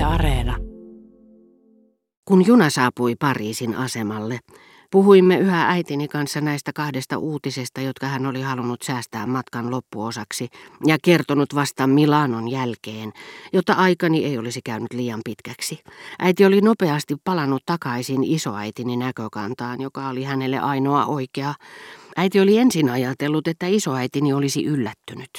Areena. Kun juna saapui Pariisin asemalle, puhuimme yhä äitini kanssa näistä 2 uutisesta, jotka hän oli halunnut säästää matkan loppuosaksi ja kertonut vasta Milanon jälkeen, jotta aikani ei olisi käynyt liian pitkäksi. Äiti oli nopeasti palannut takaisin isoäitini näkökantaan, joka oli hänelle ainoa oikea. Äiti oli ensin ajatellut, että isoäitini olisi yllättynyt.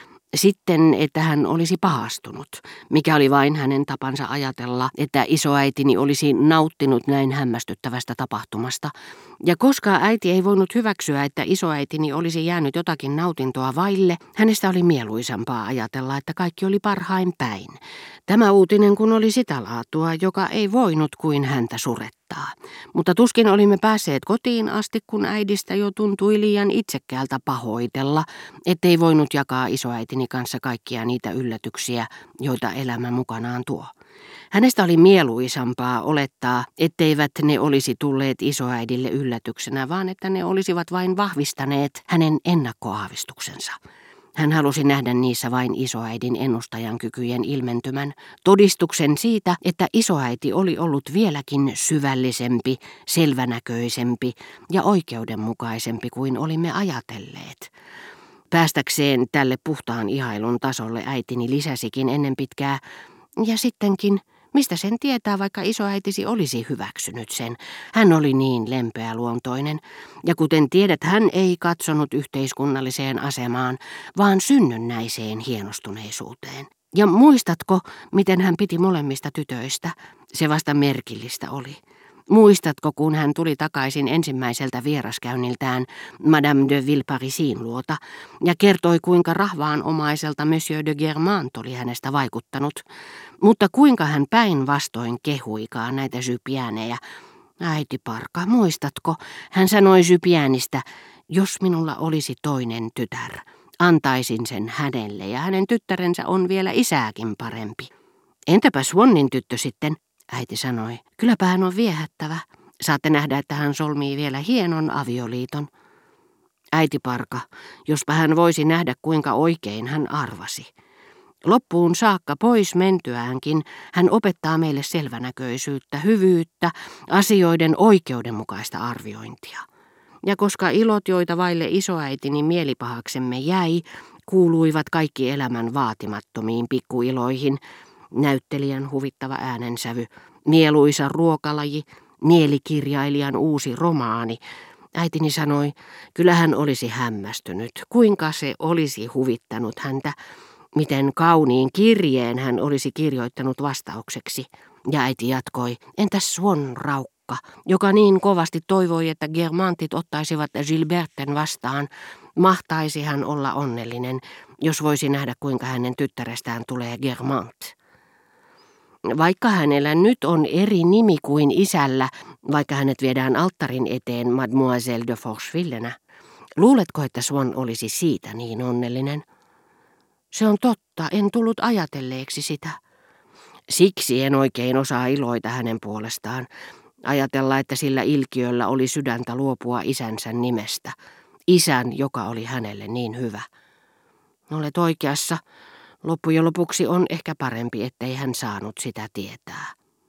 Sitten, että hän olisi pahastunut, mikä oli vain hänen tapansa ajatella, että isoäitini olisi nauttinut näin hämmästyttävästä tapahtumasta. Ja koska äiti ei voinut hyväksyä, että isoäitini olisi jäänyt jotakin nautintoa vaille, hänestä oli mieluisampaa ajatella, että kaikki oli parhain päin. Tämä uutinen kun oli sitä laatua, joka ei voinut kuin häntä surettaa. Mutta tuskin olimme päässeet kotiin asti, kun äidistä jo tuntui liian itsekkäältä pahoitella, ettei voinut jakaa isoäitini kanssa kaikkia niitä yllätyksiä, joita elämä mukanaan tuo. Hänestä oli mieluisampaa olettaa, etteivät ne olisi tulleet isoäidille yllätyksenä, vaan että ne olisivat vain vahvistaneet hänen ennakkoaavistuksensa. Hän halusi nähdä niissä vain isoäidin ennustajan kykyjen ilmentymän, todistuksen siitä, että isoäiti oli ollut vieläkin syvällisempi, selvänäköisempi ja oikeudenmukaisempi kuin olimme ajatelleet. Päästäkseen tälle puhtaan ihailun tasolle äitini lisäsikin ennen pitkää, ja sittenkin, mistä sen tietää, vaikka isoäitisi olisi hyväksynyt sen. Hän oli niin lempeäluontoinen, ja kuten tiedät, hän ei katsonut yhteiskunnalliseen asemaan, vaan synnynnäiseen hienostuneisuuteen. Ja muistatko, miten hän piti molemmista tytöistä? Se vasta merkillistä oli. Muistatko, kun hän tuli takaisin ensimmäiseltä vieraskäynniltään Madame de Villeparisin luota ja kertoi, kuinka rahvaanomaiselta Monsieur de Guermantes oli hänestä vaikuttanut, mutta kuinka hän päinvastoin kehuikaan näitä Jupiänejä. Äiti parka, muistatko? Hän sanoi Jupiänistä, jos minulla olisi toinen tytär, antaisin sen hänelle ja hänen tyttärensä on vielä isääkin parempi. Entäpä Swannin tyttö sitten? Äiti sanoi, kylläpä hän on viehättävä. Saatte nähdä, että hän solmii vielä hienon avioliiton. Äiti parka, jospa hän voisi nähdä, kuinka oikein hän arvasi. Loppuun saakka pois mentyäänkin hän opettaa meille selvänäköisyyttä, hyvyyttä, asioiden oikeudenmukaista arviointia. Ja koska ilot, joita vaille isoäitini mielipahaksemme jäi, kuuluivat kaikki elämän vaatimattomiin pikkuiloihin, näyttelijän huvittava äänensävy, mieluisa ruokalaji, mielikirjailijan uusi romaani. Äitini sanoi, kyllä hän olisi hämmästynyt, kuinka se olisi huvittanut häntä, miten kauniin kirjeen hän olisi kirjoittanut vastaukseksi. Ja äiti jatkoi, entäs Swan raukka, joka niin kovasti toivoi, että Guermantit ottaisivat Gilberten vastaan, mahtaisi hän olla onnellinen, jos voisi nähdä, kuinka hänen tyttärestään tulee Guermantes. Vaikka hänellä nyt on eri nimi kuin isällä, vaikka hänet viedään alttarin eteen Mademoiselle de Forchevillenä, luuletko, että Swan olisi siitä niin onnellinen? Se on totta, en tullut ajatelleeksi sitä. Siksi en oikein osaa iloita hänen puolestaan, ajatella, että sillä ilkiöllä oli sydäntä luopua isänsä nimestä, isän, joka oli hänelle niin hyvä. Olet oikeassa. Loppujen lopuksi on ehkä parempi, ettei hän saanut sitä tietää.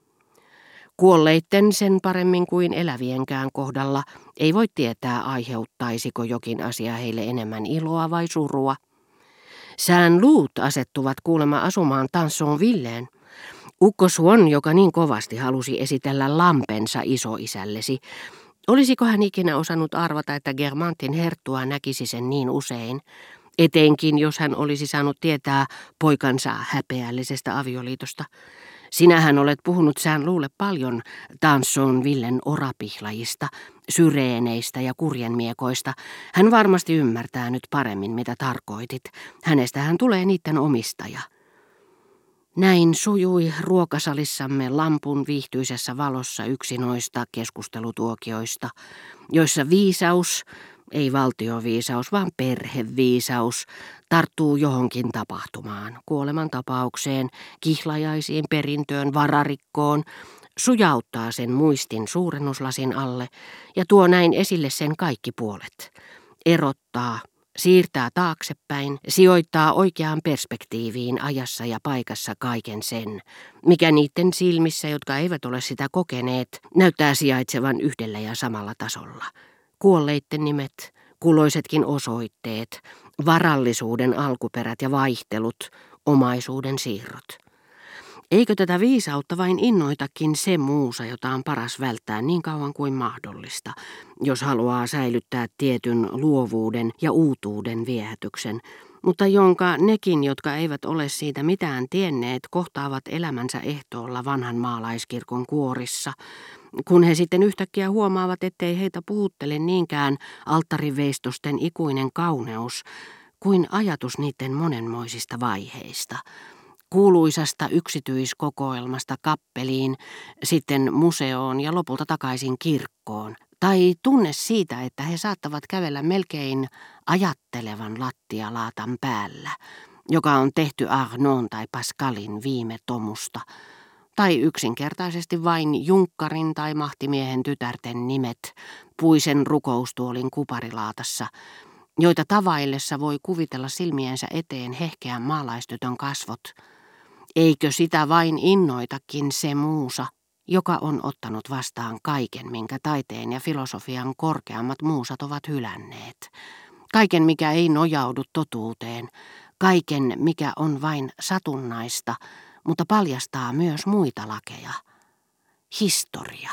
Kuolleitten sen paremmin kuin elävienkään kohdalla ei voi tietää, aiheuttaisiko jokin asia heille enemmän iloa vai surua. Saint-Loup asettuvat kuulemma asumaan Tansonvilleen. Ukko Swan, joka niin kovasti halusi esitellä lampensa isoisällesi, olisiko hän ikinä osannut arvata, että Guermantin herttua näkisi sen niin usein? Etenkin, jos hän olisi saanut tietää poikansa häpeällisestä avioliitosta. Sinähän olet puhunut Saint-Loulle paljon Tansonvillen orapihlajista, syreeneistä ja kurjenmiekoista. Hän varmasti ymmärtää nyt paremmin, mitä tarkoitit. Hänestähän tulee niiden omistaja. Näin sujui ruokasalissamme lampun viihtyisessä valossa yksi noista keskustelutuokioista, joissa viisaus, ei valtioviisaus, vaan perheviisaus, tarttuu johonkin tapahtumaan, kuolemantapaukseen, kihlajaisiin, perintöön, vararikkoon, sujauttaa sen muistin suurennuslasin alle ja tuo näin esille sen kaikki puolet. Erottaa, siirtää taaksepäin, sijoittaa oikeaan perspektiiviin ajassa ja paikassa kaiken sen, mikä niiden silmissä, jotka eivät ole sitä kokeneet, näyttää sijaitsevan yhdellä ja samalla tasolla. Kuolleitten nimet, kuloisetkin osoitteet, varallisuuden alkuperät ja vaihtelut, omaisuuden siirrot. Eikö tätä viisautta vain innoitakin se muusa, jota on paras välttää niin kauan kuin mahdollista, jos haluaa säilyttää tietyn luovuuden ja uutuuden viehätyksen, mutta jonka nekin, jotka eivät ole siitä mitään tienneet, kohtaavat elämänsä ehtoolla vanhan maalaiskirkon kuorissa, kun he sitten yhtäkkiä huomaavat, ettei heitä puhuttele niinkään alttariveistosten ikuinen kauneus, kuin ajatus niiden monenmoisista vaiheista. Kuuluisasta yksityiskokoelmasta kappeliin, sitten museoon ja lopulta takaisin kirkkoon. Tai tunne siitä, että he saattavat kävellä melkein ajattelevan lattialaatan päällä, joka on tehty Arnon tai Pascalin viime tomusta. Tai yksinkertaisesti vain junkkarin tai mahtimiehen tytärten nimet puisen rukoustuolin kuparilaatassa, joita tavaillessa voi kuvitella silmiensä eteen hehkeän maalaistytön kasvot. Eikö sitä vain innoitakin se muusa, joka on ottanut vastaan kaiken, minkä taiteen ja filosofian korkeammat muusat ovat hylänneet. Kaiken, mikä ei nojaudu totuuteen, kaiken, mikä on vain satunnaista, mutta paljastaa myös muita lakeja. Historia.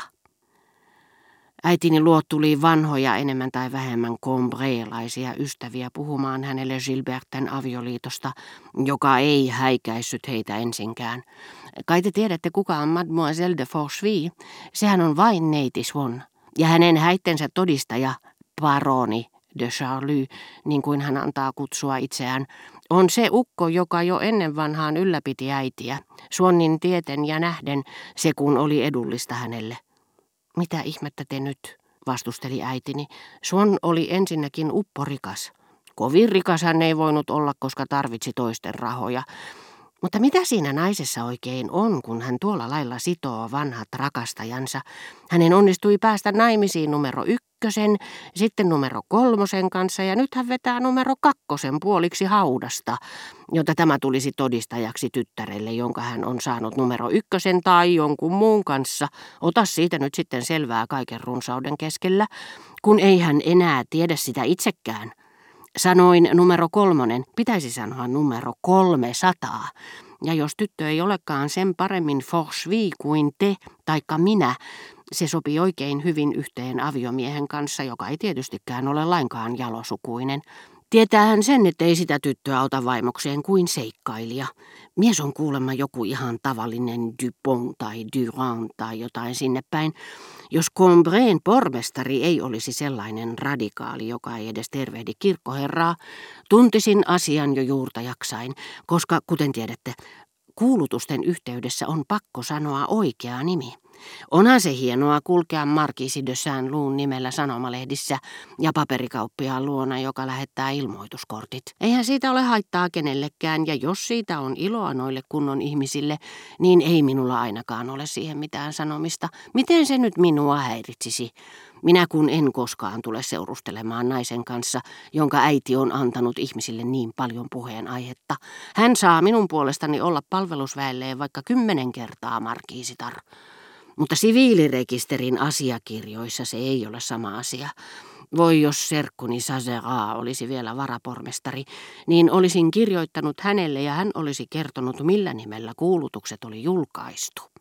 Äitini luo tuli vanhoja enemmän tai vähemmän combreelaisia ystäviä puhumaan hänelle Gilberten avioliitosta, joka ei häikäissyt heitä ensinkään. Kai te tiedätte, kuka on Mademoiselle de Forcheville? Sehän on vain neiti Swan. Ja hänen häittensä todistaja, baroni de Charlie, niin kuin hän antaa kutsua itseään, on se ukko, joka jo ennen vanhaan ylläpiti äitiä, Swannin tieten ja nähden, se kun oli edullista hänelle. Mitä ihmettä te nyt, vastusteli äitini. Swan oli ensinnäkin upporikas. Kovin rikas hän ei voinut olla, koska tarvitsi toisten rahoja. Mutta mitä siinä naisessa oikein on, kun hän tuolla lailla sitoo vanhat rakastajansa? Hänen onnistui päästä naimisiin numero 1, sitten numero 3 kanssa ja nyt hän vetää numero 2 puoliksi haudasta, jota tämä tulisi todistajaksi tyttärelle, jonka hän on saanut numero 1 tai jonkun muun kanssa. Ota siitä nyt sitten selvää kaiken runsauden keskellä, kun ei hän enää tiedä sitä itsekään. Sanoin numero 3, pitäisi sanoa numero 300. Ja jos tyttö ei olekaan sen paremmin Forcheville kuin te taikka minä, se sopii oikein hyvin yhteen aviomiehen kanssa, joka ei tietystikään ole lainkaan jalosukuinen. Tietää hän sen, ettei sitä tyttöä ota vaimokseen kuin seikkailija. Mies on kuulemma joku ihan tavallinen Dupont tai Durand tai jotain sinne päin. Jos Combreen pormestari ei olisi sellainen radikaali, joka ei edes tervehdi kirkkoherraa, tuntisin asian jo juurta jaksain, koska, kuten tiedätte, kuulutusten yhteydessä on pakko sanoa oikea nimi. Onhan se hienoa kulkea Marquise de Saint-Loup nimellä sanomalehdissä ja paperikauppiaan luona, joka lähettää ilmoituskortit. Eihän siitä ole haittaa kenellekään, ja jos siitä on iloa noille kunnon ihmisille, niin ei minulla ainakaan ole siihen mitään sanomista. Miten se nyt minua häiritsisi? Minä kun en koskaan tule seurustelemaan naisen kanssa, jonka äiti on antanut ihmisille niin paljon puheenaihetta. Hän saa minun puolestani olla palvelusväelleen vaikka 10 kertaa markiisitar. Mutta siviilirekisterin asiakirjoissa se ei ole sama asia. Voi jos serkkuni Sazeraa olisi vielä varapormestari, niin olisin kirjoittanut hänelle ja hän olisi kertonut, millä nimellä kuulutukset oli julkaistu.